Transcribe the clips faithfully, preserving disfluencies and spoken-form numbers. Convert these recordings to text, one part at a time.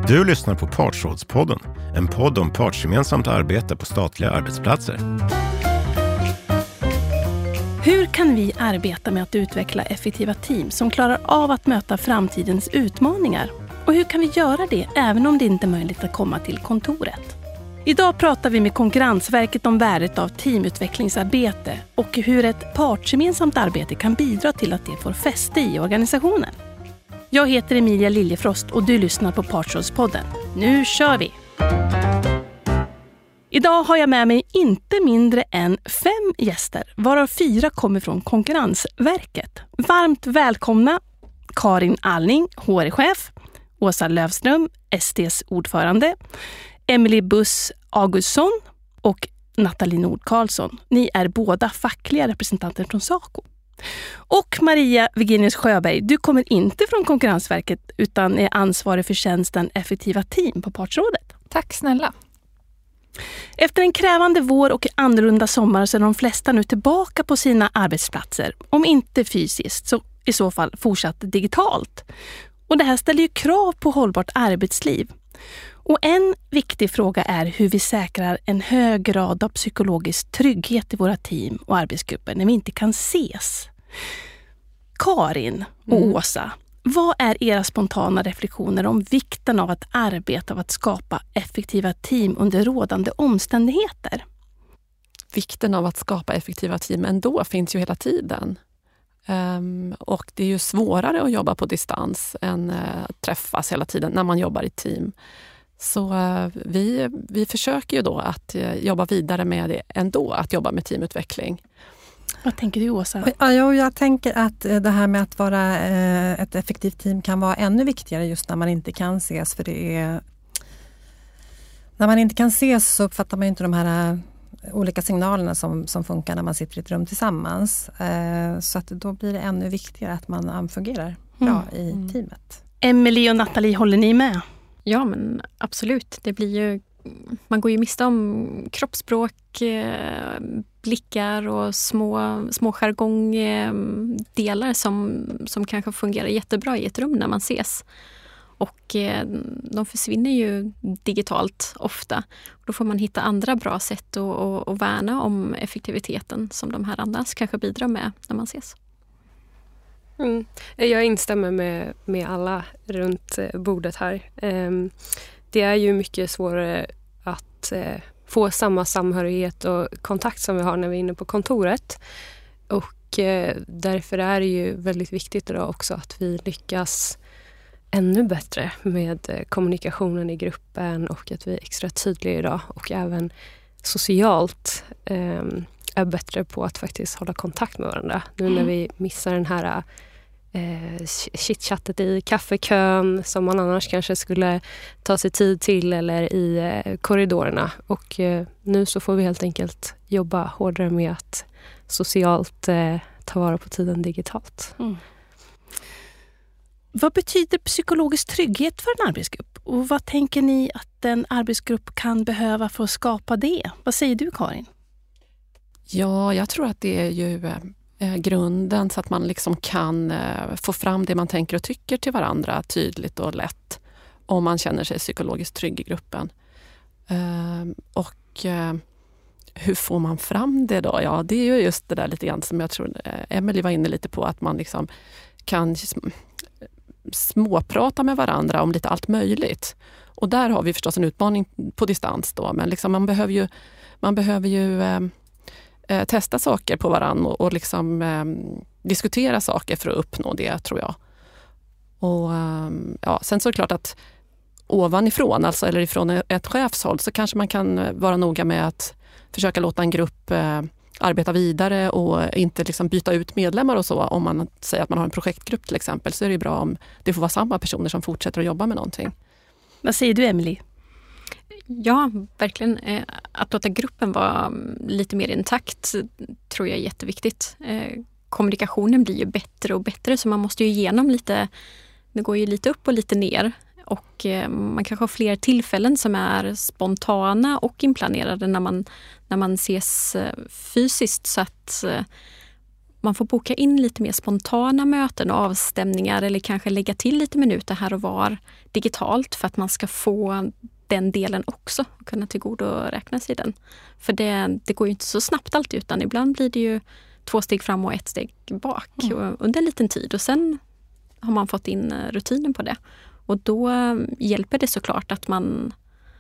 Du lyssnar på Partsrådspodden, en podd om partsgemensamt arbete på statliga arbetsplatser. Hur kan vi arbeta med att utveckla effektiva team som klarar av att möta framtidens utmaningar? Och hur kan vi göra det även om det inte är möjligt att komma till kontoret? Idag pratar vi med Konkurrensverket om värdet av teamutvecklingsarbete och hur ett partsgemensamt arbete kan bidra till att det får fäste i organisationen. Jag heter Emilia Liljefrost och du lyssnar på Partsrådspodden. Nu kör vi! Idag har jag med mig inte mindre än fem gäster, varav fyra kommer från Konkurrensverket. Varmt välkomna Karin Alling, H R-chef, Åsa Lövström, S D:s ordförande, Emily Buss Augustsson och Nathalie Nord-Karlsson. Ni är båda fackliga representanter från SACO. Och Maria Virginius Sjöberg, du kommer inte från Konkurrensverket utan är ansvarig för tjänsten Effektiva team på Partsrådet. Tack snälla. Efter en krävande vår och annorlunda sommar så är de flesta nu tillbaka på sina arbetsplatser. Om inte fysiskt så i så fall fortsatt digitalt. Och det här ställer ju krav på hållbart arbetsliv. Och en viktig fråga är hur vi säkrar en hög grad av psykologisk trygghet i våra team och arbetsgrupper när vi inte kan ses. Karin och mm. Åsa, vad är era spontana reflektioner om vikten av att arbeta och att skapa effektiva team under rådande omständigheter? Vikten av att skapa effektiva team ändå finns ju hela tiden. Um, och det är ju svårare att jobba på distans än uh, att träffas hela tiden när man jobbar i team. Så uh, vi, vi försöker ju då att uh, jobba vidare med det ändå, att jobba med teamutveckling. Vad tänker du, Åsa? Ja, jag tänker att det här med att vara uh, ett effektivt team kan vara ännu viktigare just när man inte kan ses. För det är... När man inte kan ses så uppfattar man inte de här... Uh, olika signalerna som, som funkar när man sitter i ett rum tillsammans. Eh, så att då blir det ännu viktigare att man fungerar bra mm. i mm. teamet. Emily och Nathalie, håller ni med? Ja, men absolut. Det blir ju, man går ju miste om kroppsspråk, eh, blickar och små, små jargongdelar som, som kanske fungerar jättebra i ett rum när man ses. Och eh, de försvinner ju digitalt ofta. Då får man hitta andra bra sätt att, att, att värna om effektiviteten som de här andra kanske bidrar med när man ses. Mm. Jag instämmer med, med alla runt bordet här. Um, det är ju mycket svårare att uh, få samma samhörighet och kontakt som vi har när vi är inne på kontoret. Och uh, därför är det ju väldigt viktigt idag också att vi lyckas ännu bättre med kommunikationen i gruppen och att vi är extra tydliga idag och även socialt eh, är bättre på att faktiskt hålla kontakt med varandra. Nu mm. när vi missar den här eh, chitchattet i kaffekön som man annars kanske skulle ta sig tid till eller i eh, korridorerna. Och eh, nu så får vi helt enkelt jobba hårdare med att socialt eh, ta vara på tiden digitalt. Mm. Vad betyder psykologisk trygghet för en arbetsgrupp? Och vad tänker ni att en arbetsgrupp kan behöva för att skapa det? Vad säger du, Karin? Ja, jag tror att det är ju eh, grunden så att man liksom kan eh, få fram det man tänker och tycker till varandra tydligt och lätt om man känner sig psykologiskt trygg i gruppen. Eh, och eh, hur får man fram det då? Ja, det är ju just det där lite grann som jag tror eh, Emily var inne lite på, att man liksom kan småprata med varandra om lite allt möjligt. Och där har vi förstås en utmaning på distans då, men liksom man behöver ju, man behöver ju eh, eh, testa saker på varandra och, och liksom eh, diskutera saker för att uppnå det, tror jag. Och eh, ja, sen så är det klart att ovanifrån, alltså eller ifrån ett chefshåll, så kanske man kan vara noga med att försöka låta en grupp eh, arbeta vidare och inte liksom byta ut medlemmar och så. Om man säger att man har en projektgrupp till exempel, så är det bra om det får vara samma personer som fortsätter att jobba med någonting. Vad säger du, Emily? Ja, verkligen. Att låta gruppen vara lite mer intakt tror jag är jätteviktigt. Kommunikationen blir ju bättre och bättre, så man måste ju igenom lite, det går ju lite upp och lite ner. Och man kanske har fler tillfällen som är spontana och inplanerade när man, när man ses fysiskt, så att man får boka in lite mer spontana möten och avstämningar eller kanske lägga till lite minuter här och var digitalt för att man ska få den delen också och kunna tillgodoräkna sig den. För det, det går ju inte så snabbt alltid, utan ibland blir det ju två steg fram och ett steg bak mm. under en liten tid, och sen har man fått in rutinen på det. Och då hjälper det såklart att man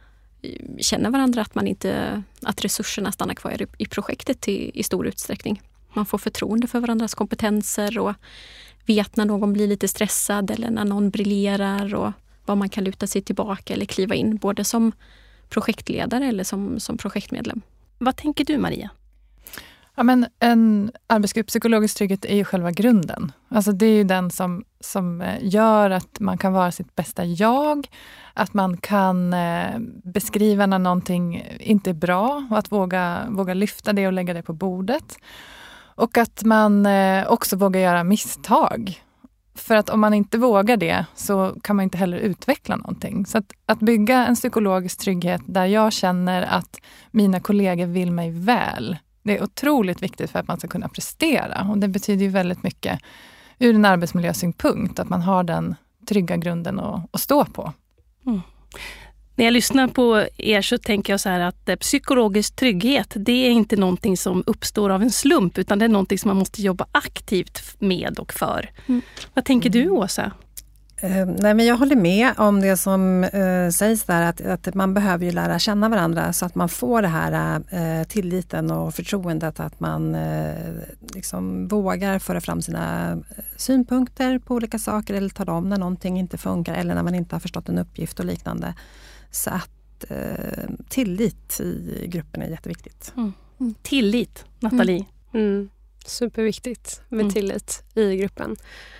känner varandra, att man inte, att resurserna stannar kvar i projektet i, i stor utsträckning. Man får förtroende för varandras kompetenser och vet när någon blir lite stressad eller när någon briljerar, och vad man kan luta sig tillbaka eller kliva in, både som projektledare eller som, som projektmedlem. Vad tänker du, Maria? Ja, men en arbetsgrupp, psykologisk trygghet, är ju själva grunden. Alltså det är ju den som, som gör att man kan vara sitt bästa jag, att man kan eh, beskriva när någonting inte är bra och att våga, våga lyfta det och lägga det på bordet. Och att man eh, också vågar göra misstag. För att om man inte vågar det så kan man inte heller utveckla någonting. Så att, att bygga en psykologisk trygghet där jag känner att mina kollegor vill mig väl, det är otroligt viktigt för att man ska kunna prestera. Och det betyder ju väldigt mycket ur en arbetsmiljösynpunkt att man har den trygga grunden att, att stå på. Mm. När jag lyssnar på er så tänker jag så här att psykologisk trygghet, det är inte någonting som uppstår av en slump, utan det är någonting som man måste jobba aktivt med och för. Mm. Vad tänker du, Åsa? Uh, nej, men jag håller med om det som uh, sägs där, att, att man behöver ju lära känna varandra så att man får det här uh, tilliten och förtroendet, att man uh, liksom vågar föra fram sina synpunkter på olika saker eller ta dem när någonting inte funkar eller när man inte har förstått en uppgift och liknande. Så att uh, tillit i gruppen är jätteviktigt. Mm. Mm. Tillit, Nathalie. Mm. Mm. Superviktigt med mm. tillit i gruppen.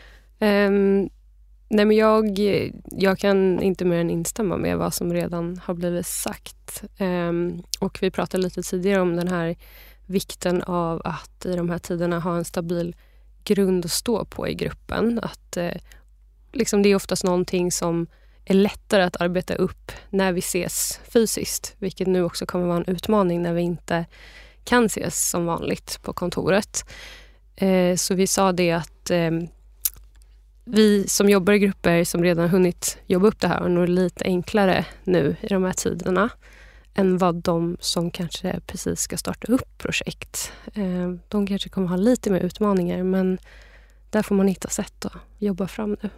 Um, Nej, men jag, jag kan inte mer än instämma med vad som redan har blivit sagt. Um, och vi pratade lite tidigare om den här vikten av att i de här tiderna ha en stabil grund att stå på i gruppen. Att uh, liksom det är oftast någonting som är lättare att arbeta upp när vi ses fysiskt. Vilket nu också kommer vara en utmaning när vi inte kan ses som vanligt på kontoret. Uh, så vi sa det att... Um, Vi som jobbar i grupper som redan hunnit jobba upp det här och nog lite enklare nu i de här tiderna än vad de som kanske precis ska starta upp projekt. De kanske kommer ha lite mer utmaningar, men där får man hitta sätt att jobba fram nu.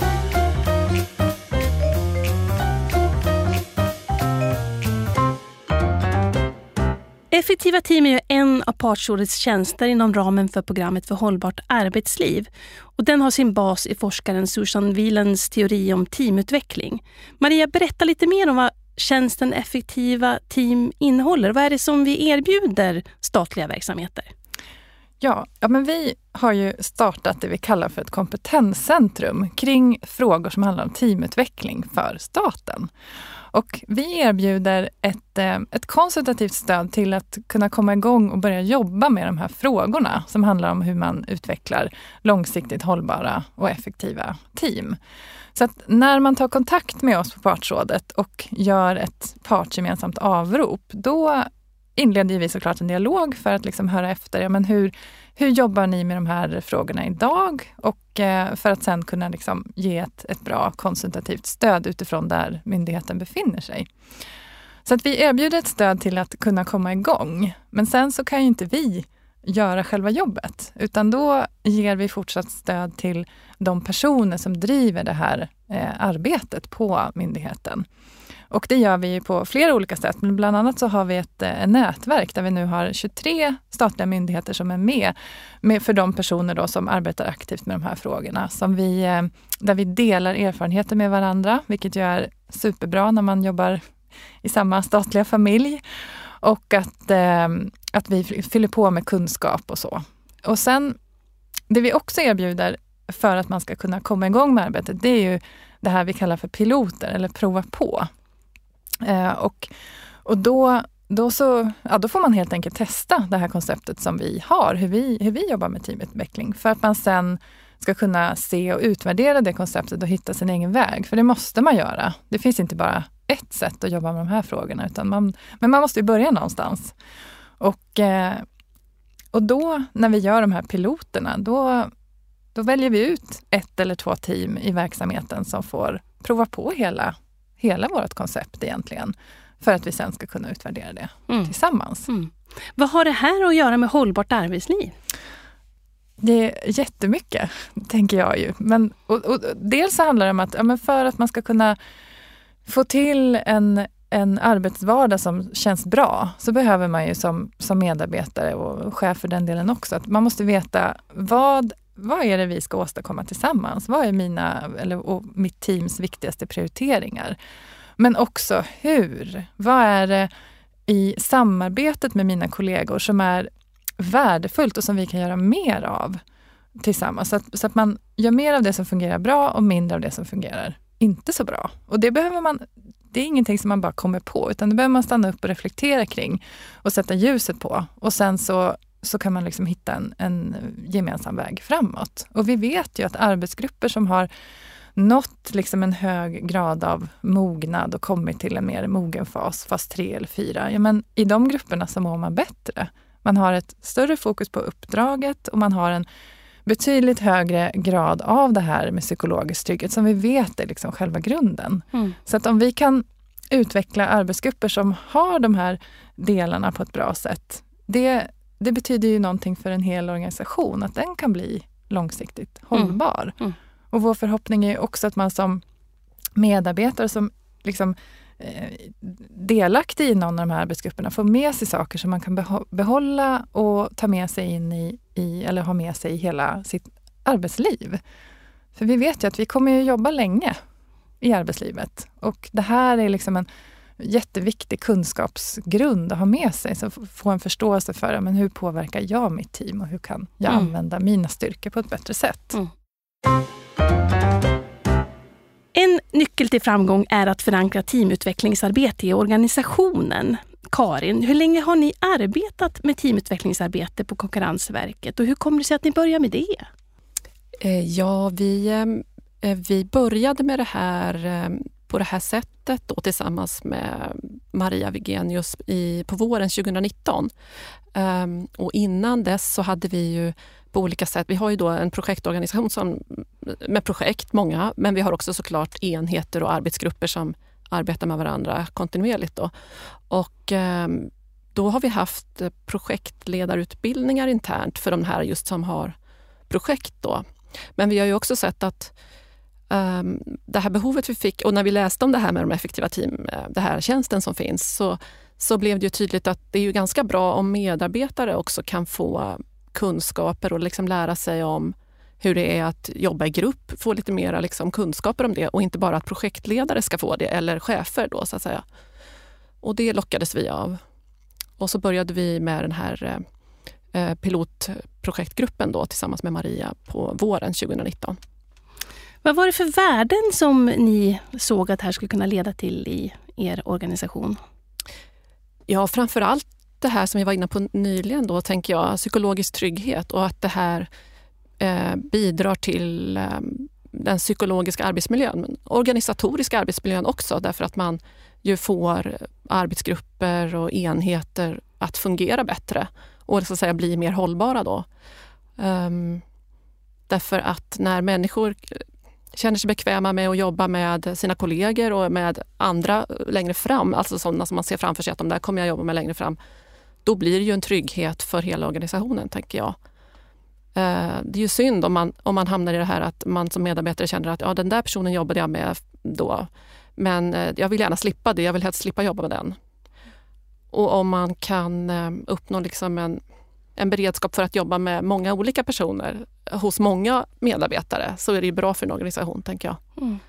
Effektiva team är ju en av Partsrådets tjänster inom ramen för programmet för hållbart arbetsliv. Och den har sin bas i forskaren Susan Whelans teori om teamutveckling. Maria, berätta lite mer om vad tjänsten Effektiva team innehåller. Vad är det som vi erbjuder statliga verksamheter? Ja, ja men vi har ju startat det vi kallar för ett kompetenscentrum kring frågor som handlar om teamutveckling för staten. Och vi erbjuder ett, ett konsultativt stöd till att kunna komma igång och börja jobba med de här frågorna som handlar om hur man utvecklar långsiktigt hållbara och effektiva team. Så att när man tar kontakt med oss på Partsrådet och gör ett partsgemensamt avrop, då inleder vi såklart en dialog för att liksom höra efter, ja, men hur, hur jobbar ni med de här frågorna idag? Och eh, för att sen kunna liksom ge ett, ett bra konsultativt stöd utifrån där myndigheten befinner sig. Så att vi erbjuder ett stöd till att kunna komma igång. Men sen så kan ju inte vi göra själva jobbet, utan då ger vi fortsatt stöd till de personer som driver det här eh, arbetet på myndigheten. Och det gör vi på flera olika sätt. Men bland annat så har vi ett eh, nätverk där vi nu har tjugotre statliga myndigheter som är med, med för de personer då som arbetar aktivt med de här frågorna. Som vi, eh, där vi delar erfarenheter med varandra, vilket ju är superbra när man jobbar i samma statliga familj. Och att, eh, att vi fyller på med kunskap och så. Och sen, det vi också erbjuder för att man ska kunna komma igång med arbetet, det är ju det här vi kallar för piloter eller prova på. Eh, och och då, då, så, ja, då får man helt enkelt testa det här konceptet som vi har, hur vi, hur vi jobbar med teamutveckling. För att man sen ska kunna se och utvärdera det konceptet och hitta sin egen väg. För det måste man göra. Det finns inte bara ett sätt att jobba med de här frågorna. Utan man, men man måste ju börja någonstans. Och, eh, och då när vi gör de här piloterna, då, då väljer vi ut ett eller två team i verksamheten som får prova på hela, hela vårt koncept egentligen. För att vi sen ska kunna utvärdera det mm. tillsammans. Mm. Vad har det här att göra med hållbart arbetsliv? Det är jättemycket, tänker jag ju. Men, och, och, dels så handlar det om att ja, men för att man ska kunna få till en, en arbetsvardag som känns bra, så behöver man ju som, som medarbetare och chef för den delen också, att man måste veta vad, vad är det vi ska åstadkomma tillsammans? Vad är mina eller, och mitt teams viktigaste prioriteringar? Men också hur? Vad är det i samarbetet med mina kollegor som är värdefullt och som vi kan göra mer av tillsammans? Så att, så att man gör mer av det som fungerar bra och mindre av det som fungerar inte så bra. Och det behöver man, det är ingenting som man bara kommer på, utan det behöver man stanna upp och reflektera kring och sätta ljuset på. Och sen så, så kan man liksom hitta en, en gemensam väg framåt. Och vi vet ju att arbetsgrupper som har nått liksom en hög grad av mognad och kommit till en mer mogen fas, fas tre eller fyra, ja, men i de grupperna så mår man bättre. Man har ett större fokus på uppdraget och man har en betydligt högre grad av det här med psykologisk trygghet som vi vet är liksom själva grunden. Mm. Så att om vi kan utveckla arbetsgrupper som har de här delarna på ett bra sätt, det, det betyder ju någonting för en hel organisation, att den kan bli långsiktigt hållbar. Mm. Mm. Och vår förhoppning är också att man som medarbetare som liksom eh, delaktig i någon av de här arbetsgrupperna får med sig saker som man kan behålla och ta med sig in i, i eller ha med sig i hela sitt arbetsliv. För vi vet ju att vi kommer ju jobba länge i arbetslivet. Och det här är liksom en jätteviktig kunskapsgrund att ha med sig. Så få en förståelse för men hur påverkar jag mitt team och hur kan jag mm. använda mina styrkor på ett bättre sätt. Mm. En nyckel till framgång är att förankra teamutvecklingsarbete i organisationen. Karin, hur länge har ni arbetat med teamutvecklingsarbete på Konkurrensverket och hur kommer det sig att ni börjar med det? Ja, vi, vi började med det här på det här sättet då, tillsammans med Maria Vigenius i, på våren tjugonitton. Um, och innan dess så hade vi ju på olika sätt, vi har ju då en projektorganisation som, med projekt, många, men vi har också såklart enheter och arbetsgrupper som arbetar med varandra kontinuerligt då. Och um, då har vi haft projektledarutbildningar internt för de här just som har projekt då. Men vi har ju också sett att um, det här behovet vi fick, och när vi läste om det här med de effektiva team, det här tjänsten som finns, så, så blev det ju tydligt att det är ju ganska bra om medarbetare också kan få kunskaper och liksom lära sig om hur det är att jobba i grupp, få lite mer liksom kunskaper om det och inte bara att projektledare ska få det eller chefer då så att säga. Och det lockades vi av. Och så började vi med den här eh, pilotprojektgruppen då tillsammans med Maria på våren tjugonitton. Vad var det för värden som ni såg att det här skulle kunna leda till i er organisation? Ja, framförallt det här som vi var inne på nyligen då, tänker jag, psykologisk trygghet och att det här eh, bidrar till eh, den psykologiska arbetsmiljön, men organisatoriska arbetsmiljön också, därför att man ju får arbetsgrupper och enheter att fungera bättre och så att säga bli mer hållbara då. Um, därför att när människor känner sig bekväma med att jobba med sina kollegor och med andra längre fram, alltså sådana som man ser framför sig att de där kommer jag jobba med längre fram, då blir det ju en trygghet för hela organisationen, tänker jag. Det är ju synd om man, om man hamnar i det här att man som medarbetare känner att ja, den där personen jobbade jag med då, men jag vill gärna slippa det, jag vill helst slippa jobba med den. Och om man kan uppnå liksom en, en beredskap för att jobba med många olika personer hos många medarbetare, så är det ju bra för en organisation, tänker jag. Mm.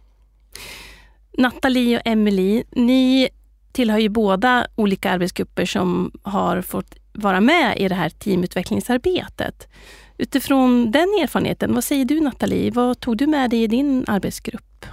Nathalie och Emelie, ni tillhör ju båda olika arbetsgrupper som har fått vara med i det här teamutvecklingsarbetet. Utifrån den erfarenheten, vad säger du Nathalie? Vad tog du med dig i din arbetsgrupp?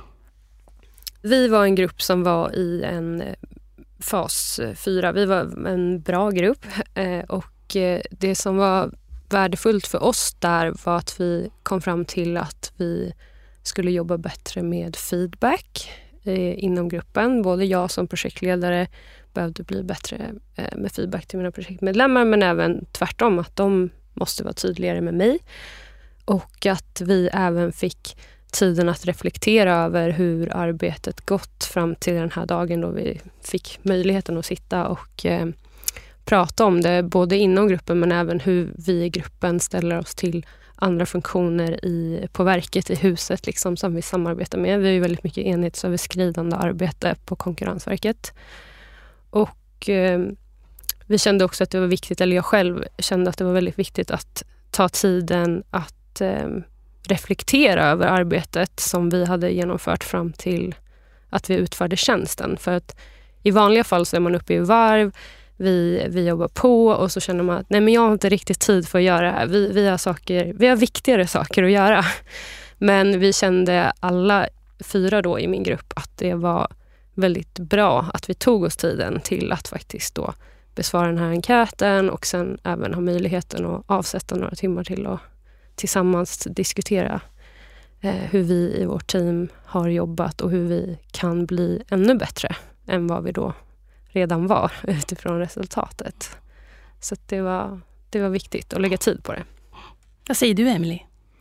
Vi var en grupp som var i en fas fyra. Vi var en bra grupp och det som var värdefullt för oss där var att vi kom fram till att vi skulle jobba bättre med feedback inom gruppen. Både jag som projektledare behövde bli bättre med feedback till mina projektmedlemmar, men även tvärtom, att de måste vara tydligare med mig. Och att vi även fick tiden att reflektera över hur arbetet gått fram till den här dagen då vi fick möjligheten att sitta och eh, prata om det, både inom gruppen men även hur vi i gruppen ställer oss till andra funktioner i, på verket i huset liksom, som vi samarbetar med. Vi har ju väldigt mycket enhetsöverskridande arbete på Konkurrensverket. Och eh, vi kände också att det var viktigt, eller jag själv kände att det var väldigt viktigt att ta tiden att eh, reflektera över arbetet som vi hade genomfört fram till att vi utförde tjänsten. För att i vanliga fall så är man uppe i varv, vi, vi jobbar på och så känner man att nej, men jag har inte riktigt tid för att göra det här. Vi, vi, har saker, vi har viktigare saker att göra. Men vi kände alla fyra då i min grupp att det var väldigt bra att vi tog oss tiden till att faktiskt då besvara den här enkäten och sen även ha möjligheten att avsätta några timmar till och tillsammans diskutera eh, hur vi i vårt team har jobbat och hur vi kan bli ännu bättre än vad vi då redan var utifrån resultatet. Så att det var, det var viktigt att lägga tid på det. Vad säger du, Emily?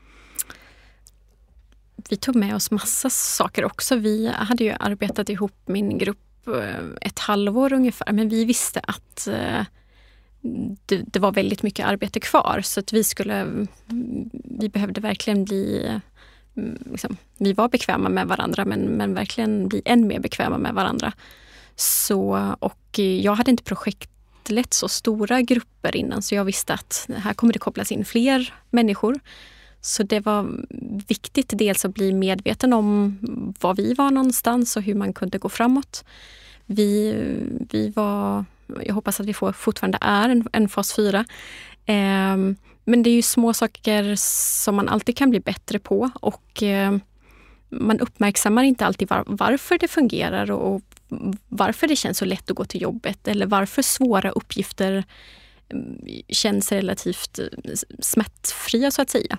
Vi tog med oss massa saker också. Vi hade ju arbetat ihop min grupp ett halvår ungefär, men vi visste att eh, det, det var väldigt mycket arbete kvar, så att vi skulle vi behövde verkligen bli liksom, vi var bekväma med varandra men, men verkligen bli än mer bekväma med varandra. Så, och jag hade inte projektlett så stora grupper innan, så jag visste att här kommer det kopplas in fler människor. Så det var viktigt dels att bli medveten om var vi var någonstans och hur man kunde gå framåt. Vi, vi var, jag hoppas att vi får, fortfarande är en, en fas fyra. Eh, men det är ju små saker som man alltid kan bli bättre på, och eh, man uppmärksammar inte alltid var, varför det fungerar och, och varför det känns så lätt att gå till jobbet, eller varför svåra uppgifter känns relativt smärtfria så att säga.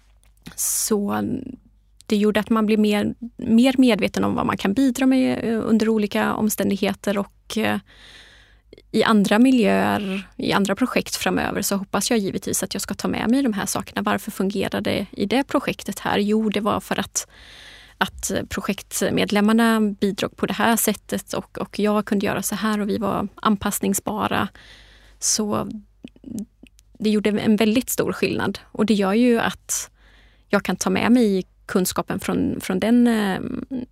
Så det gjorde att man blir mer, mer medveten om vad man kan bidra med under olika omständigheter, och eh, i andra miljöer, i andra projekt framöver så hoppas jag givetvis att jag ska ta med mig de här sakerna. Varför fungerar det i det projektet här? Jo, det var för att, att projektmedlemmarna bidrog på det här sättet och, och jag kunde göra så här och vi var anpassningsbara. Så det gjorde en väldigt stor skillnad, och det gör ju att jag kan ta med mig kunskapen från, från den eh,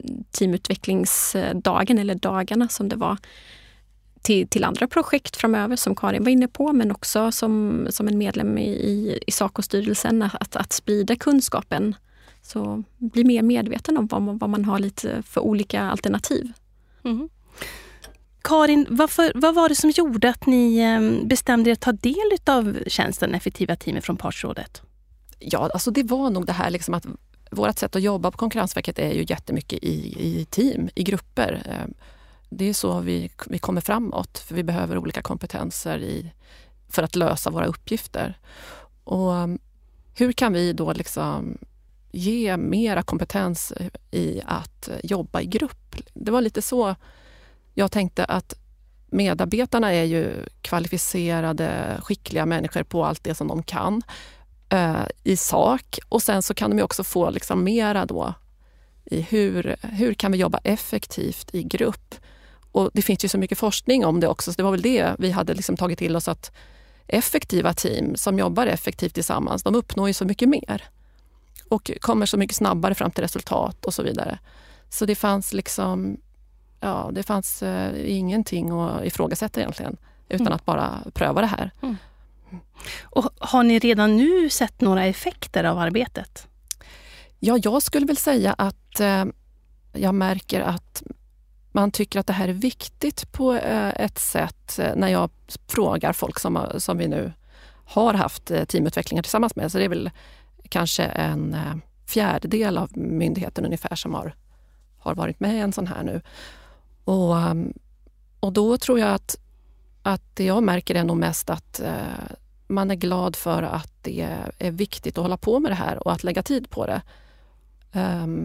teamutvecklingsdagen eller dagarna som det var till, till andra projekt framöver som Karin var inne på, men också som, som en medlem i, i, i SACO-styrelsen att, att sprida kunskapen. Så bli mer medveten om vad man, vad man har lite för olika alternativ. Mm. Karin, varför, vad var det som gjorde att ni bestämde er att ta del av tjänsten Effektiva teamet från Partsrådet? Ja, alltså det var nog det här liksom att vårt sätt att jobba på Konkurrensverket är ju jättemycket i, i team, i grupper. Det är så vi, vi kommer framåt, för vi behöver olika kompetenser i, för att lösa våra uppgifter. Och hur kan vi då liksom ge mera kompetens i att jobba i grupp? Det var lite så jag tänkte, att medarbetarna är ju kvalificerade, skickliga människor på allt det som de kan eh, i sak. Och sen så kan de ju också få liksom mera då i hur, hur kan vi jobba effektivt i grupp. Och det finns ju så mycket forskning om det också, så det var väl det vi hade liksom tagit till oss, att effektiva team som jobbar effektivt tillsammans, de uppnår ju så mycket mer. Och kommer så mycket snabbare fram till resultat och så vidare. Så det fanns liksom... Ja, det fanns eh, ingenting att ifrågasätta egentligen, utan mm. att bara pröva det här. Mm. Och har ni redan nu sett några effekter av arbetet? Ja, jag skulle väl säga att eh, jag märker att man tycker att det här är viktigt på eh, ett sätt eh, när jag frågar folk som, som vi nu har haft eh, teamutvecklingar tillsammans med. Så det är väl kanske en eh, fjärdedel av myndigheten ungefär som har, har varit med i en sån här nu. Och, och då tror jag att, att det jag märker är nog mest att eh, man är glad för att det är viktigt att hålla på med det här och att lägga tid på det. Um,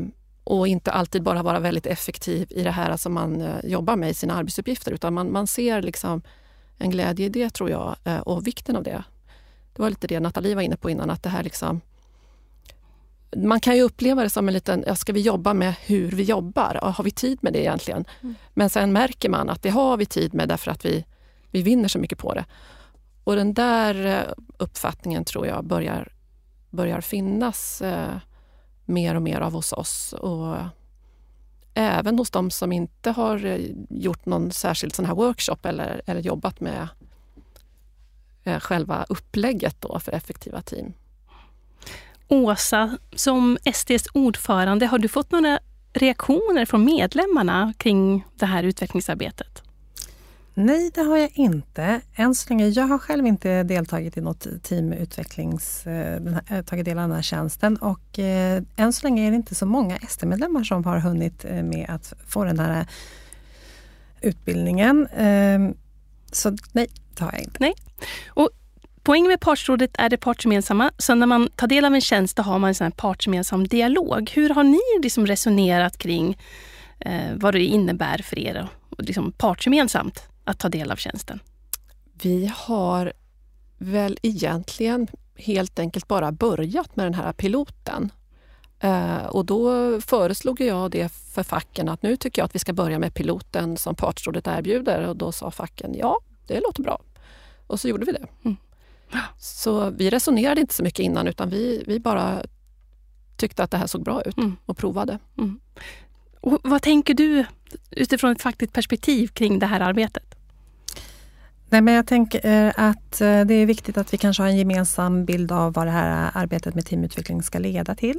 och inte alltid bara vara väldigt effektiv i det här som man eh, jobbar med i sina arbetsuppgifter, utan man, man ser liksom en glädje i det, tror jag, eh, och vikten av det. Det var lite det Nathalie var inne på innan, att det här liksom, man kan ju uppleva det som en liten, ja, ska vi jobba med hur vi jobbar? Ja, har vi tid med det egentligen? Mm. Men sen märker man att det har vi tid med därför att vi, vi vinner så mycket på det. Och den där uppfattningen tror jag börjar, börjar finnas eh, mer och mer av hos oss. Och även hos de som inte har gjort någon särskild sån här workshop eller, eller jobbat med eh, själva upplägget då för effektiva team. Åsa, som S D:s ordförande, har du fått några reaktioner från medlemmarna kring det här utvecklingsarbetet? Nej, det har jag inte. Än så länge, jag har själv inte deltagit i något teamutvecklings, tagit del av den här tjänsten, och eh, än så länge är det inte så många S D-medlemmar som har hunnit med att få den här utbildningen. Eh, så nej, det har jag inte. Nej. Och poängen med partsrådet är det partsgemensamma. Så när man tar del av en tjänst, då har man en sån här partsgemensam dialog. Hur har ni liksom resonerat kring eh, vad det innebär för er och liksom partsgemensamt att ta del av tjänsten? Vi har väl egentligen helt enkelt bara börjat med den här piloten. Eh, och då föreslog jag det för facken att nu tycker jag att vi ska börja med piloten som partsrådet erbjuder. Och då sa facken, ja, det låter bra. Och så gjorde vi det. Mm. Så vi resonerade inte så mycket innan, utan vi, vi bara tyckte att det här såg bra ut mm. och provade. Mm. Och vad tänker du utifrån ett fackligt perspektiv kring det här arbetet? Nej, men jag tänker att det är viktigt att vi kanske har en gemensam bild av vad det här arbetet med teamutveckling ska leda till.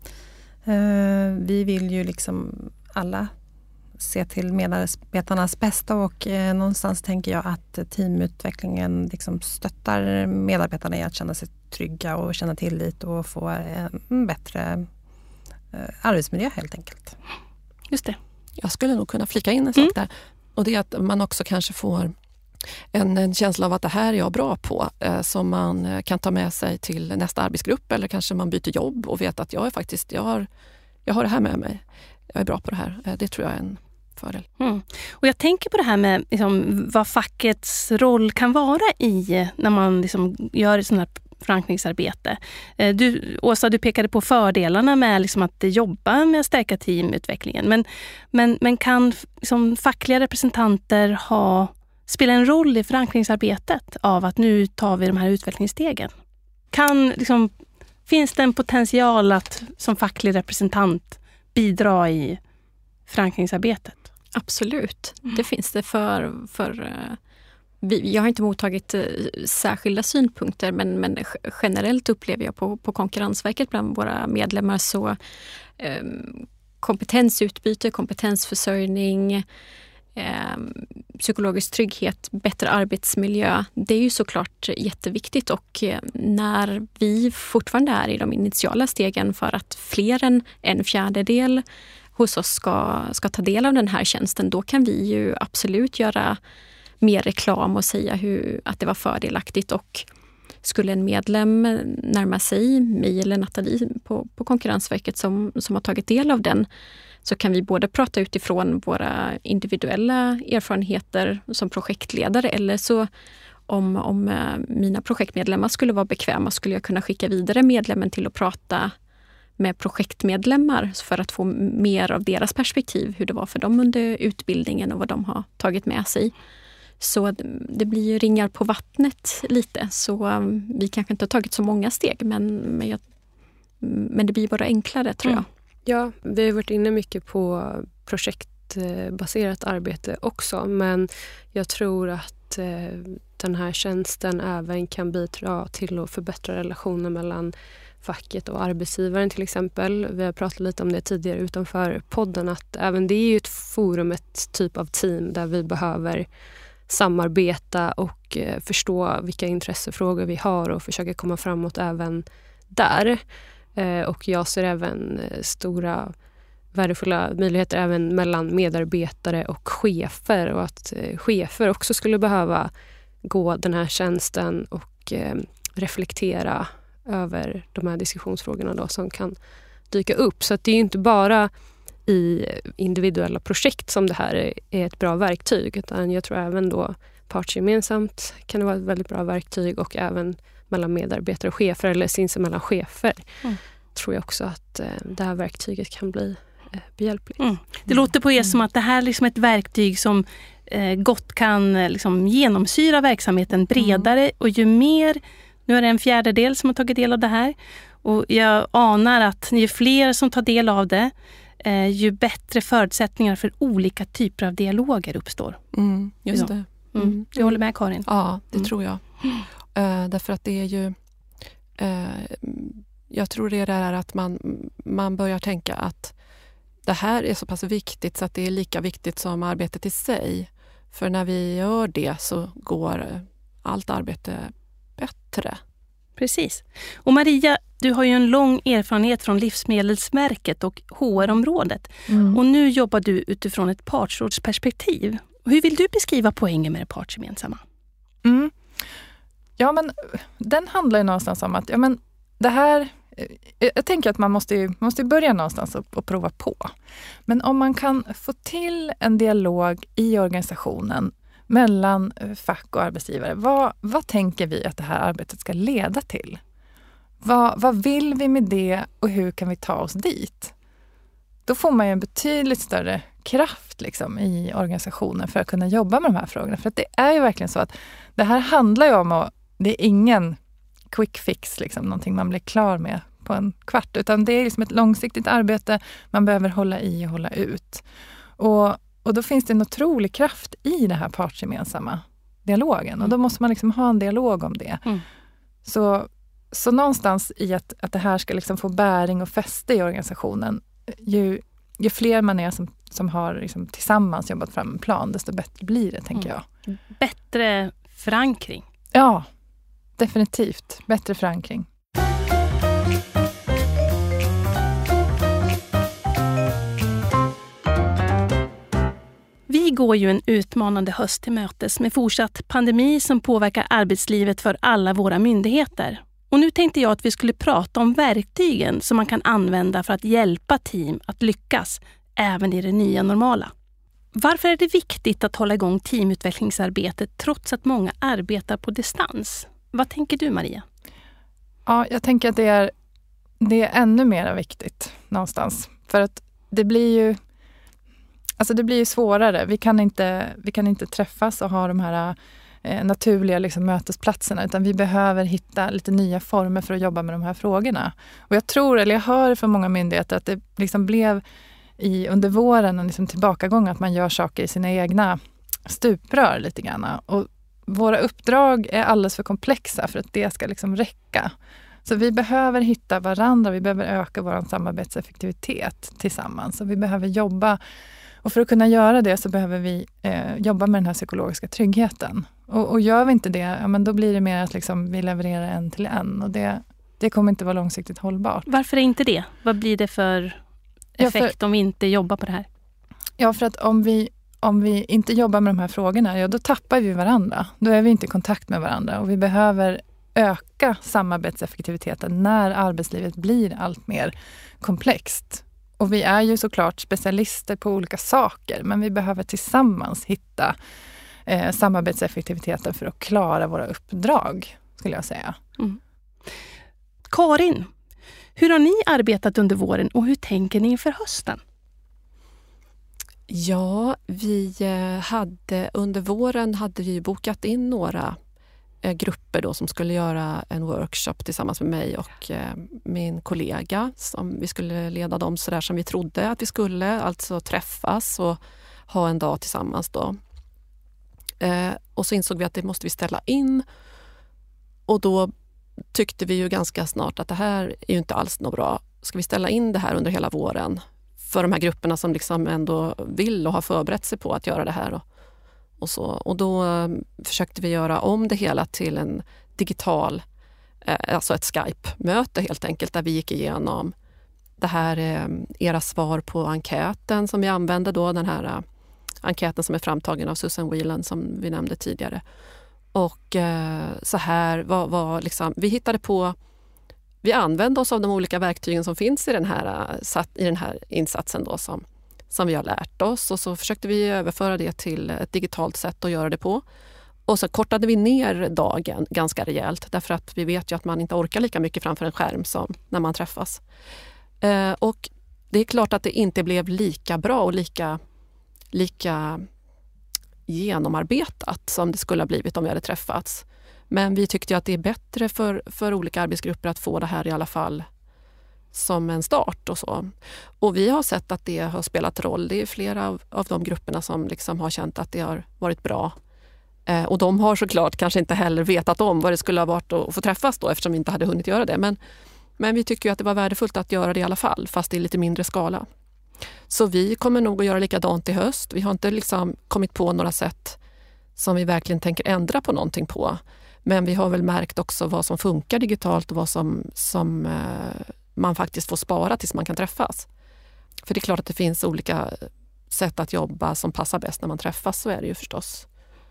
Vi vill ju liksom alla se till medarbetarnas bästa, och eh, någonstans tänker jag att teamutvecklingen liksom stöttar medarbetarna i att känna sig trygga och känna tillit och få en bättre eh, arbetsmiljö helt enkelt. Just det. Jag skulle nog kunna flika in en sak mm. där, och det är att man också kanske får en, en känsla av att det här är jag bra på, eh, som man kan ta med sig till nästa arbetsgrupp, eller kanske man byter jobb och vet att jag är faktiskt, jag har, jag har det här med mig. Jag är bra på det här. Eh, det tror jag är en fördel. Mm. Och jag tänker på det här med liksom, vad fackets roll kan vara i när man liksom gör ett sånt här förankringsarbete. Du, Åsa, du pekade på fördelarna med liksom att jobba med att stärka teamutvecklingen. Men, men, men kan liksom, fackliga representanter ha, spela en roll i förankringsarbetet av att nu tar vi de här utvecklingsstegen? Kan, liksom, finns det en potential att som facklig representant bidra i förankringsarbetet? Absolut, mm. det finns det för, för vi, jag har inte mottagit särskilda synpunkter, men, men generellt upplever jag på, på Konkurrensverket bland våra medlemmar så eh, kompetensutbyte, kompetensförsörjning, eh, psykologisk trygghet, bättre arbetsmiljö, det är ju såklart jätteviktigt, och när vi fortfarande är i de initiala stegen för att fler än en fjärdedel hos oss ska, ska ta del av den här tjänsten, då kan vi ju absolut göra mer reklam och säga hur, att det var fördelaktigt, och skulle en medlem närma sig mig eller Nathalie på, på Konkurrensverket som, som har tagit del av den, så kan vi både prata utifrån våra individuella erfarenheter som projektledare, eller så om, om mina projektmedlemmar skulle vara bekväma skulle jag kunna skicka vidare medlemmen till att prata med projektmedlemmar för att få mer av deras perspektiv, hur det var för dem under utbildningen och vad de har tagit med sig. Så det blir ju ringar på vattnet lite, så um, vi kanske inte har tagit så många steg, men, men, jag, men det blir bara enklare, tror jag. Mm. Ja, vi har varit inne mycket på projektbaserat arbete också, men jag tror att eh, den här tjänsten även kan bidra till att förbättra relationen mellan facket och arbetsgivaren till exempel. Vi har pratat lite om det tidigare utanför podden, att även det är ju ett forum, ett typ av team där vi behöver samarbeta och eh, förstå vilka intressefrågor vi har och försöka komma framåt även där. Eh, och jag ser även eh, stora värdefulla möjligheter även mellan medarbetare och chefer, och att eh, chefer också skulle behöva gå den här tjänsten och eh, reflektera över de här diskussionsfrågorna då som kan dyka upp. Så att det är ju inte bara i individuella projekt som det här är, är ett bra verktyg. Utan jag tror även då partsgemensamt kan det vara ett väldigt bra verktyg och även mellan medarbetare och chefer eller sinsemellan chefer. Mm. Tror jag också att eh, det här verktyget kan bli eh, behjälpligt. Mm. Det låter på er som att det här är liksom ett verktyg som eh, gott kan eh, liksom genomsyra verksamheten bredare mm. och ju mer, nu är det en fjärdedel som har tagit del av det här och jag anar att ju fler som tar del av det eh, ju bättre förutsättningar för olika typer av dialoger uppstår. Mm, just det. Mm. Mm. Du håller med, Karin? Ja, det mm. tror jag. Uh, därför att det är ju uh, jag tror det är att man, man börjar tänka att det här är så pass viktigt så att det är lika viktigt som arbetet i sig. För när vi gör det så går allt arbete bättre. Precis. Och Maria, du har ju en lång erfarenhet från Livsmedelsmärket och H R-området. Mm. Och nu jobbar du utifrån ett partsrådsperspektiv. Hur vill du beskriva poängen med det partsgemensamma? Mm. Ja, men den handlar ju någonstans om att ja, men det här, jag tänker att man måste ju, måste börja någonstans och, och prova på. Men om man kan få till en dialog i organisationen mellan fack och arbetsgivare, vad, vad tänker vi att det här arbetet ska leda till? Vad, vad vill vi med det och hur kan vi ta oss dit? Då får man ju en betydligt större kraft liksom, i organisationen för att kunna jobba med de här frågorna. För att det är ju verkligen så att det här handlar ju om att det är ingen quick fix, liksom, någonting man blir klar med på en kvart. Utan det är liksom ett långsiktigt arbete man behöver hålla i och hålla ut. Och, och då finns det en otrolig kraft i det här partsgemensamma dialogen. Och då måste man liksom ha en dialog om det. Mm. Så, så någonstans i att, att det här ska liksom få bäring och fäste i organisationen, ju, ju fler man är som, som har liksom tillsammans jobbat fram en plan, desto bättre blir det, tänker mm. jag. Bättre förankring. Ja, definitivt. Bättre förankring. Vi går ju en utmanande höst till mötes med fortsatt pandemi som påverkar arbetslivet för alla våra myndigheter. Och nu tänkte jag att vi skulle prata om verktygen som man kan använda för att hjälpa team att lyckas även i det nya normala. Varför är det viktigt att hålla igång teamutvecklingsarbetet trots att många arbetar på distans? Vad tänker du, Maria? Ja, jag tänker att det är, det är ännu mer viktigt någonstans. För att det blir ju, alltså det blir ju svårare. Vi kan inte, vi kan inte träffas och ha de här eh, naturliga liksom, mötesplatserna. Utan vi behöver hitta lite nya former för att jobba med de här frågorna. Och jag tror, eller jag hör från många myndigheter att det liksom blev i, under våren en liksom tillbakagång att man gör saker i sina egna stuprör lite grann. Och våra uppdrag är alldeles för komplexa för att det ska liksom räcka. Så vi behöver hitta varandra, vi behöver öka vår samarbetseffektivitet tillsammans. Och vi behöver jobba, och för att kunna göra det så behöver vi eh, jobba med den här psykologiska tryggheten. Och, och gör vi inte det, ja, men då blir det mer att liksom vi levererar en till en. Och det, det kommer inte vara långsiktigt hållbart. Varför är inte det? Vad blir det för effekt ja, för, om vi inte jobbar på det här? Ja, för att om vi Om vi inte jobbar med de här frågorna, ja, då tappar vi varandra. Då är vi inte i kontakt med varandra. Och vi behöver öka samarbetseffektiviteten när arbetslivet blir allt mer komplext. Och vi är ju såklart specialister på olika saker. Men vi behöver tillsammans hitta eh, samarbetseffektiviteten för att klara våra uppdrag, skulle jag säga. Mm. Karin, hur har ni arbetat under våren och hur tänker ni inför hösten? Ja, vi hade under våren hade vi bokat in några eh, grupper då som skulle göra en workshop tillsammans med mig och eh, min kollega. Som vi skulle leda dem så där som vi trodde att vi skulle, alltså träffas och ha en dag tillsammans då. Eh, och så insåg vi att det måste vi ställa in, och då tyckte vi ju ganska snart att det här är ju inte alls något bra. Ska vi ställa in det här under hela våren? För de här grupperna som liksom ändå vill och har förberett sig på att göra det här. Och, och, så. Och då eh, försökte vi göra om det hela till en digital, eh, alltså ett Skype-möte helt enkelt, där vi gick igenom det här, eh, era svar på enkäten som vi använde då, den här eh, enkäten som är framtagen av Susan Whelan som vi nämnde tidigare. Och eh, så här var, var liksom, vi hittade på Vi använde oss av de olika verktygen som finns i den här, i den här insatsen då, som som vi har lärt oss och så försökte vi överföra det till ett digitalt sätt att göra det på. Och så kortade vi ner dagen ganska rejält därför att vi vet ju att man inte orkar lika mycket framför en skärm som när man träffas. Eh, och det är klart att det inte blev lika bra och lika, lika genomarbetat som det skulle ha blivit om vi hade träffats. Men vi tyckte att det är bättre för, för olika arbetsgrupper att få det här i alla fall som en start och så. Och vi har sett att det har spelat roll. Det är flera av, av de grupperna som liksom har känt att det har varit bra. Eh, och de har såklart kanske inte heller vetat om vad det skulle ha varit att få träffas då eftersom vi inte hade hunnit göra det. Men, men vi tycker ju att det var värdefullt att göra det i alla fall fast i lite mindre skala. Så vi kommer nog att göra likadant i höst. Vi har inte liksom kommit på några sätt som vi verkligen tänker ändra på någonting på. Men vi har väl märkt också vad som funkar digitalt och vad som, som eh, man faktiskt får spara tills man kan träffas. För det är klart att det finns olika sätt att jobba som passar bäst när man träffas, så är det ju förstås.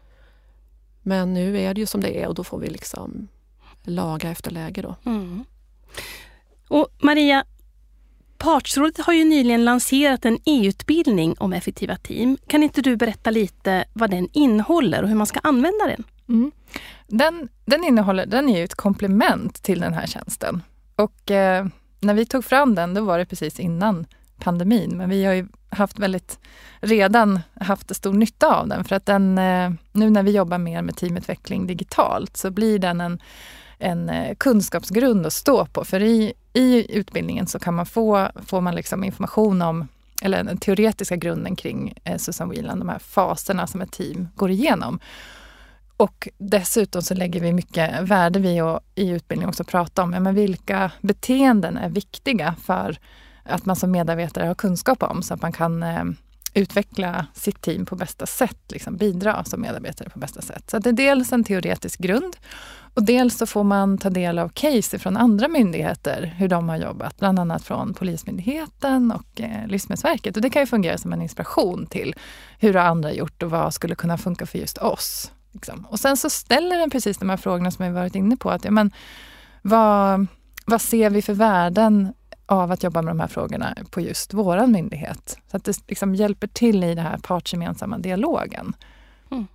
Men nu är det ju som det är och då får vi liksom laga efter läge då. Mm. Och Maria, Partsrådet har ju nyligen lanserat en e-utbildning om effektiva team. Kan inte du berätta lite vad den innehåller och hur man ska använda den? Mm. Den, den innehåller, den är ju ett komplement till den här tjänsten. Och eh, när vi tog fram den, då var det precis innan pandemin. Men vi har ju haft väldigt, redan haft stor nytta av den. För att den, eh, nu när vi jobbar mer med teamutveckling digitalt så blir den en, en kunskapsgrund att stå på. För i, i utbildningen så kan man få, får man liksom information om, eller den teoretiska grunden kring eh, Susan Whelan, de här faserna som ett team går igenom. Och dessutom så lägger vi mycket värde vid att i utbildningen också prata om ja, men vilka beteenden är viktiga för att man som medarbetare har kunskap om så att man kan eh, utveckla sitt team på bästa sätt, liksom bidra som medarbetare på bästa sätt. Så det är dels en teoretisk grund och dels så får man ta del av case från andra myndigheter, hur de har jobbat, bland annat från Polismyndigheten och eh, Livsmedelsverket. Och det kan ju fungera som en inspiration till hur har andra gjort och vad skulle kunna funka för just oss. Liksom. Och sen så ställer den precis de här frågorna som vi varit inne på. Att, ja, men, vad, vad ser vi för värden av att jobba med de här frågorna på just våran myndighet? Så att det liksom hjälper till i den här partsgemensamma dialogen. Mm.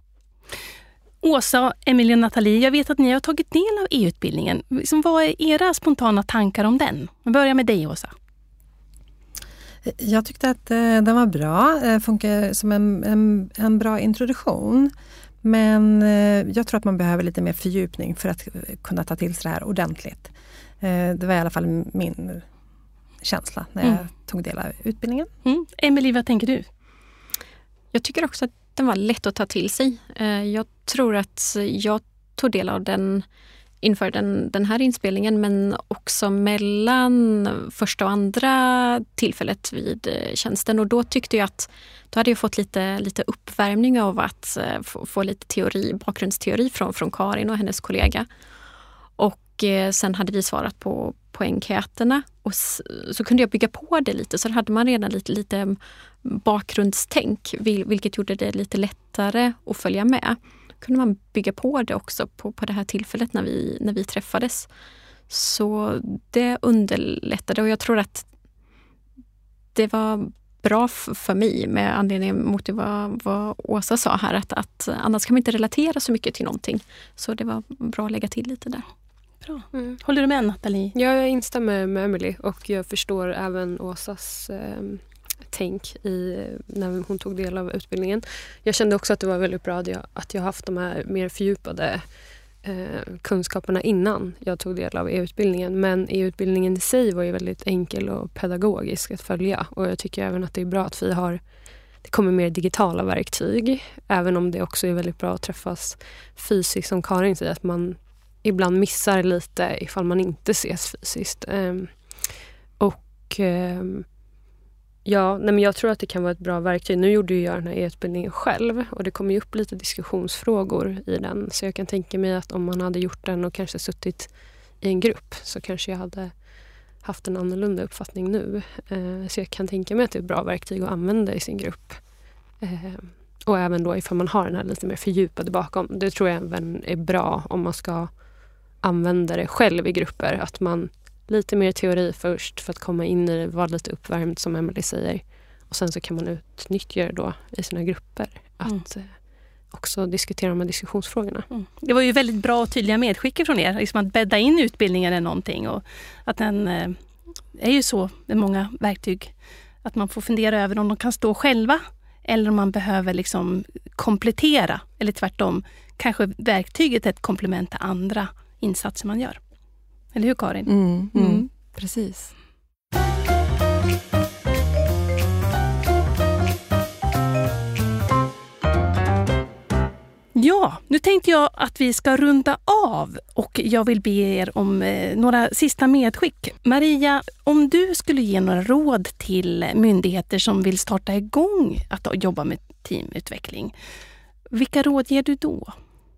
Åsa, Emilie och Nathalie, jag vet att ni har tagit del av e-utbildningen. Liksom, vad är era spontana tankar om den? Jag börjar med dig, Åsa. Jag tyckte att eh, den var bra. Eh, funkar som en, en, en bra introduktion. Men eh, jag tror att man behöver lite mer fördjupning för att kunna ta till sig det här ordentligt. Eh, det var i alla fall min känsla när jag mm. tog del av utbildningen. Mm. Emilie, vad tänker du? Jag tycker också att den var lätt att ta till sig. Eh, jag tror att jag tog del av den inför den, den här inspelningen men också mellan första och andra tillfället vid tjänsten. Och då tyckte jag att då hade jag fått lite, lite uppvärmning av att uh, få, få lite teori, bakgrundsteori från, från Karin och hennes kollega. Och uh, sen hade vi svarat på, på enkäterna och s- så kunde jag bygga på det lite. Så då hade man redan lite, lite bakgrundstänk vil, vilket gjorde det lite lättare att följa med. Kunde man bygga på det också på, på det här tillfället när vi, när vi träffades. Så det underlättade och jag tror att det var bra f- för mig med anledning mot vad, vad Åsa sa här. Att, att annars kan man inte relatera så mycket till någonting. Så det var bra att lägga till lite där. Bra. Mm. Håller du med, Nathalie? Ja, jag instämmer med Emily och jag förstår även Åsas eh, tänk i, när hon tog del av utbildningen. Jag kände också att det var väldigt bra att jag, att jag haft de här mer fördjupade eh, kunskaperna innan jag tog del av e-utbildningen. Men e-utbildningen i sig var ju väldigt enkel och pedagogisk att följa. Och jag tycker även att det är bra att vi har det kommer mer digitala verktyg. Även om det också är väldigt bra att träffas fysiskt som Karin säger. Att man ibland missar lite ifall man inte ses fysiskt. Eh, och eh, Ja, nej men jag tror att det kan vara ett bra verktyg. Nu gjorde jag den här e-utbildningen själv och det kom ju upp lite diskussionsfrågor i den. Så jag kan tänka mig att om man hade gjort den och kanske suttit i en grupp så kanske jag hade haft en annorlunda uppfattning nu. Eh, så jag kan tänka mig att det är ett bra verktyg att använda i sin grupp. Eh, och även då ifall man har den här lite mer fördjupade bakom. Det tror jag även är bra om man ska använda det själv i grupper. Att man lite mer teori först för att komma in i det, vara lite uppvärmd som Emily säger. Och sen så kan man utnyttja det då i sina grupper. Att mm. också diskutera de här diskussionsfrågorna. Mm. Det var ju väldigt bra och tydliga medskick från er. Liksom att bädda in utbildningen eller någonting. Och att den eh, är ju så med många verktyg. Att man får fundera över om de kan stå själva. Eller om man behöver liksom komplettera. Eller tvärtom. Kanske verktyget är ett komplement till andra insatser man gör. Eller hur, Karin? Mm, mm. Mm. Precis. Ja, nu tänkte jag att vi ska runda av och jag vill be er om eh, några sista medskick. Maria, om du skulle ge några råd till myndigheter som vill starta igång att jobba med teamutveckling, vilka råd ger du då?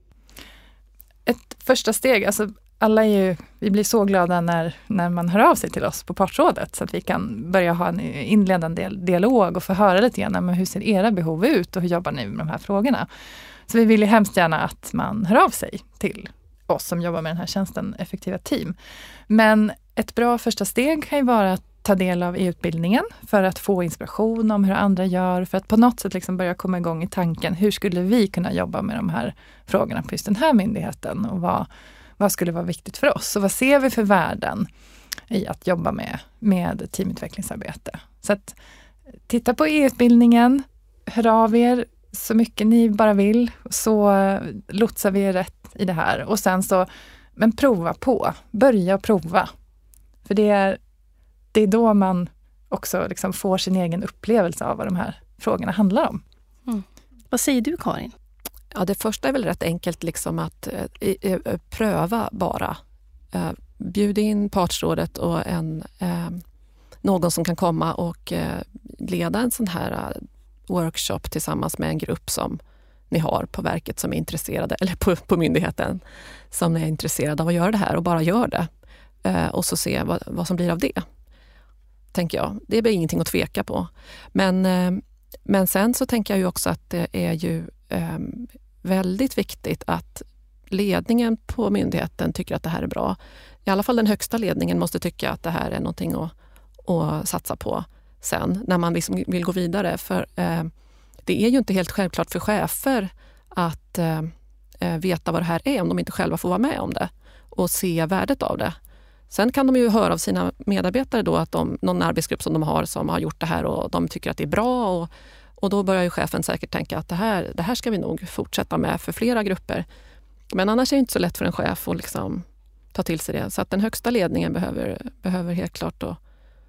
Ett första steg, alltså alla är ju, vi blir så glada när, när man hör av sig till oss på Partsrådet så att vi kan börja ha en inledande dialog och få höra lite grann men hur ser era behov ut och hur jobbar ni med de här frågorna. Så vi vill ju hemskt gärna att man hör av sig till oss som jobbar med den här tjänsten Effektiva team. Men ett bra första steg kan ju vara att ta del av e-utbildningen för att få inspiration om hur andra gör. För att på något sätt liksom börja komma igång i tanken. Hur skulle vi kunna jobba med de här frågorna på just den här myndigheten? Och vad, vad skulle vara viktigt för oss? Och vad ser vi för värden i att jobba med, med teamutvecklingsarbete? Så att titta på e-utbildningen, hör av er så mycket ni bara vill, så lotsar vi rätt i det här. Och sen så, men prova på. Börja prova. För det är, det är då man också liksom får sin egen upplevelse av vad de här frågorna handlar om. Mm. Vad säger du, Karin? Ja, det första är väl rätt enkelt liksom att eh, eh, pröva bara. Eh, bjud in Partsrådet och en, eh, någon som kan komma och eh, leda en sån här eh, workshop tillsammans med en grupp som ni har på verket som är intresserade, eller på, på myndigheten som är intresserade av att göra det här och bara gör det. Eh, och så se vad, vad som blir av det, tänker jag. Det blir ingenting att tveka på. Men, eh, men sen så tänker jag ju också att det är ju eh, väldigt viktigt att ledningen på myndigheten tycker att det här är bra. I alla fall den högsta ledningen måste tycka att det här är någonting att, att satsa på sen när man liksom vill gå vidare. För eh, det är ju inte helt självklart för chefer att eh, veta vad det här är om de inte själva får vara med om det och se värdet av det. Sen kan de ju höra av sina medarbetare då att de, någon arbetsgrupp som de har som har gjort det här och de tycker att det är bra och, och då börjar ju chefen säkert tänka att det här, det här ska vi nog fortsätta med för flera grupper. Men annars är det inte så lätt för en chef att liksom ta till sig det. Så att den högsta ledningen behöver, behöver helt klart då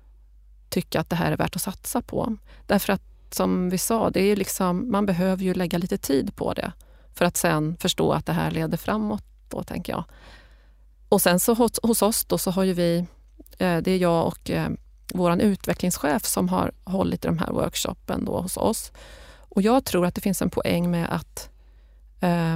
tycka att det här är värt att satsa på. Därför att som vi sa, det är liksom, man behöver ju lägga lite tid på det för att sen förstå att det här leder framåt då, tänker jag. Och sen så hos, hos oss då så har ju vi, eh, det är jag och eh, våran utvecklingschef som har hållit i de här workshopen då hos oss. Och jag tror att det finns en poäng med att eh,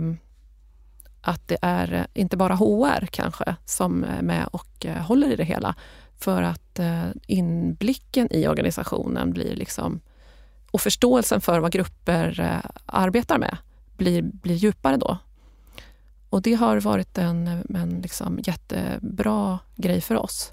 att det är inte bara H R kanske som är med och eh, håller i det hela. För att eh, inblicken i organisationen blir liksom, och förståelsen för vad grupper eh, arbetar med blir, blir djupare då. Och det har varit en, en liksom jättebra grej för oss.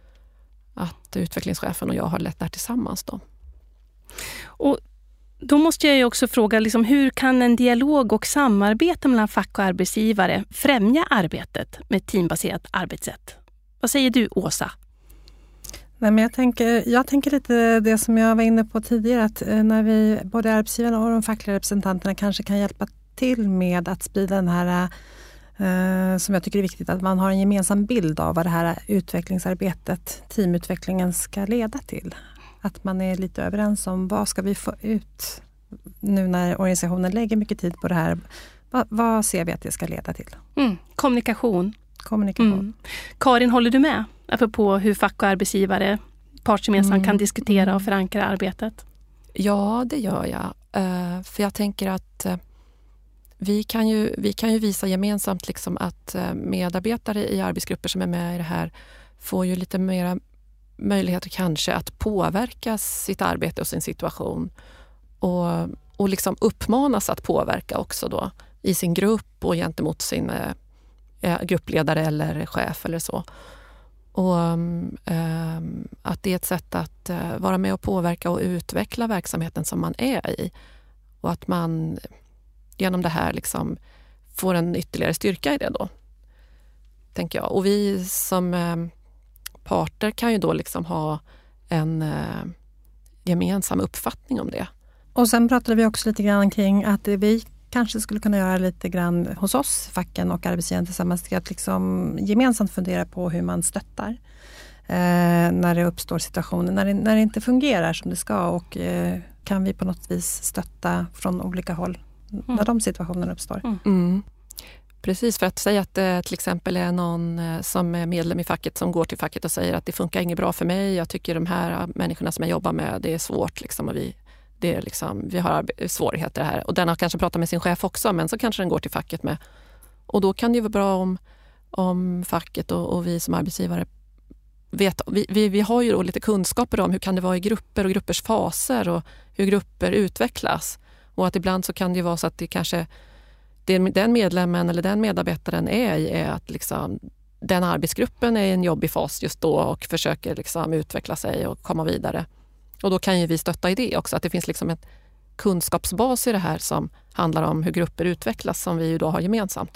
Att utvecklingschefen och jag har lett det här tillsammans då. Och då måste jag ju också fråga, liksom, hur kan en dialog och samarbete mellan fack och arbetsgivare främja arbetet med teambaserat arbetssätt? Vad säger du, Åsa? Nej, men jag, tänker, jag tänker lite det som jag var inne på tidigare, att när vi, både arbetsgivarna och de fackliga representanterna kanske kan hjälpa till med att sprida den här, eh, som jag tycker är viktigt, att man har en gemensam bild av vad det här utvecklingsarbetet, teamutvecklingen ska leda till. Att man är lite överens om vad ska vi få ut nu när organisationen lägger mycket tid på det här. Va, vad ser vi att det ska leda till? Mm, kommunikation. Kommunikation. Mm. Karin, håller du med? Apropå hur fack och arbetsgivare partsgemensamt mm. kan diskutera och förankra arbetet. Ja, det gör jag. Uh, för jag tänker att uh, vi, kan ju, vi kan ju visa gemensamt liksom att uh, medarbetare i arbetsgrupper som är med i det här får ju lite mera möjligheter kanske att påverka sitt arbete och sin situation. Och, och liksom uppmanas att påverka också då i sin grupp och gentemot sin uh, gruppledare eller chef eller så. Och eh, att det är ett sätt att eh, vara med och påverka och utveckla verksamheten som man är i. Och att man genom det här liksom får en ytterligare styrka i det då, tänker jag. Och vi som eh, parter kan ju då liksom ha en eh, gemensam uppfattning om det. Och sen pratade vi också lite grann kring att vi kanske skulle kunna göra lite grann hos oss, facken och arbetsgivaren tillsammans, till att liksom gemensamt fundera på hur man stöttar eh, när det uppstår situationer, när det, när det inte fungerar som det ska, och eh, kan vi på något vis stötta från olika håll mm. när de situationerna uppstår. Mm. Mm. Precis, för att säga att det till exempel är någon som är medlem i facket som går till facket och säger att det funkar inget bra för mig, jag tycker de här människorna som jag jobbar med, det är svårt liksom, och vi, det är liksom, vi har svårigheter här. Och den har kanske pratat med sin chef också, men så kanske den går till facket med. Och då kan det ju vara bra om, om facket och, och vi som arbetsgivare vet, vi, vi, vi har ju då lite kunskaper om hur kan det vara i grupper och gruppers faser och hur grupper utvecklas. Och att ibland så kan det ju vara så att det kanske det den medlemmen eller den medarbetaren är i är att liksom, den arbetsgruppen är i en jobbig fas just då och försöker liksom utveckla sig och komma vidare. Och då kan ju vi stötta i det också, att det finns liksom en kunskapsbas i det här som handlar om hur grupper utvecklas, som vi ju då har gemensamt.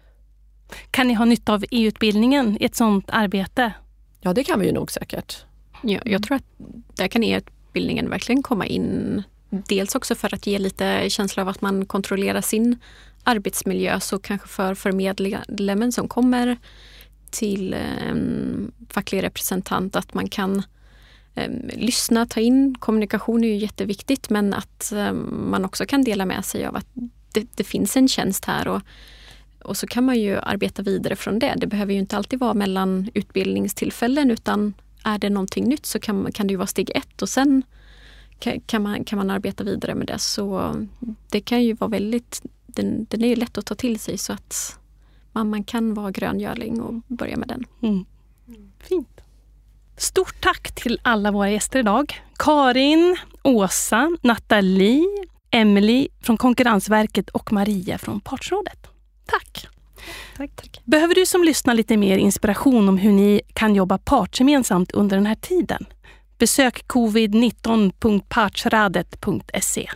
Kan ni ha nytta av e-utbildningen i ett sådant arbete? Ja, det kan vi ju nog säkert. Ja, jag tror att där kan e-utbildningen verkligen komma in. Dels också för att ge lite känsla av att man kontrollerar sin arbetsmiljö, så kanske för förmedlemmen som kommer till en facklig representant att man kan eh, lyssna, ta in. Kommunikation är ju jätteviktigt, men att eh, man också kan dela med sig av att det, det finns en tjänst här, och, och så kan man ju arbeta vidare från det. Det behöver ju inte alltid vara mellan utbildningstillfällen, utan är det någonting nytt så kan, kan det ju vara steg ett och sen kan man, kan man arbeta vidare med det. Så det kan ju vara väldigt, den, den är ju lätt att ta till sig, så att man, man kan vara gröngörling och börja med den. Mm. Fint. Stort tack till alla våra gäster idag. Karin, Åsa, Nathalie, Emily från Konkurrensverket och Maria från Partsrådet. Tack. Tack, tack. Behöver du som lyssnar lite mer inspiration om hur ni kan jobba partsgemensamt under den här tiden? Besök covid nitton punkt partsradet punkt se.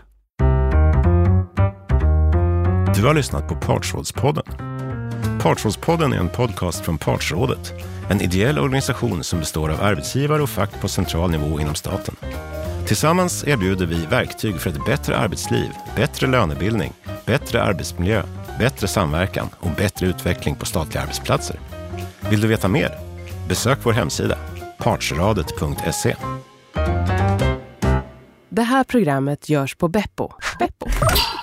Du har lyssnat på Partsrådspodden. Partsrådspodden är en podcast från Partsrådet, en ideell organisation som består av arbetsgivare och fack på central nivå inom staten. Tillsammans erbjuder vi verktyg för ett bättre arbetsliv, bättre lönebildning, bättre arbetsmiljö, bättre samverkan och bättre utveckling på statliga arbetsplatser. Vill du veta mer? Besök vår hemsida partsradet punkt se. Det här programmet görs på Beppo. Beppo.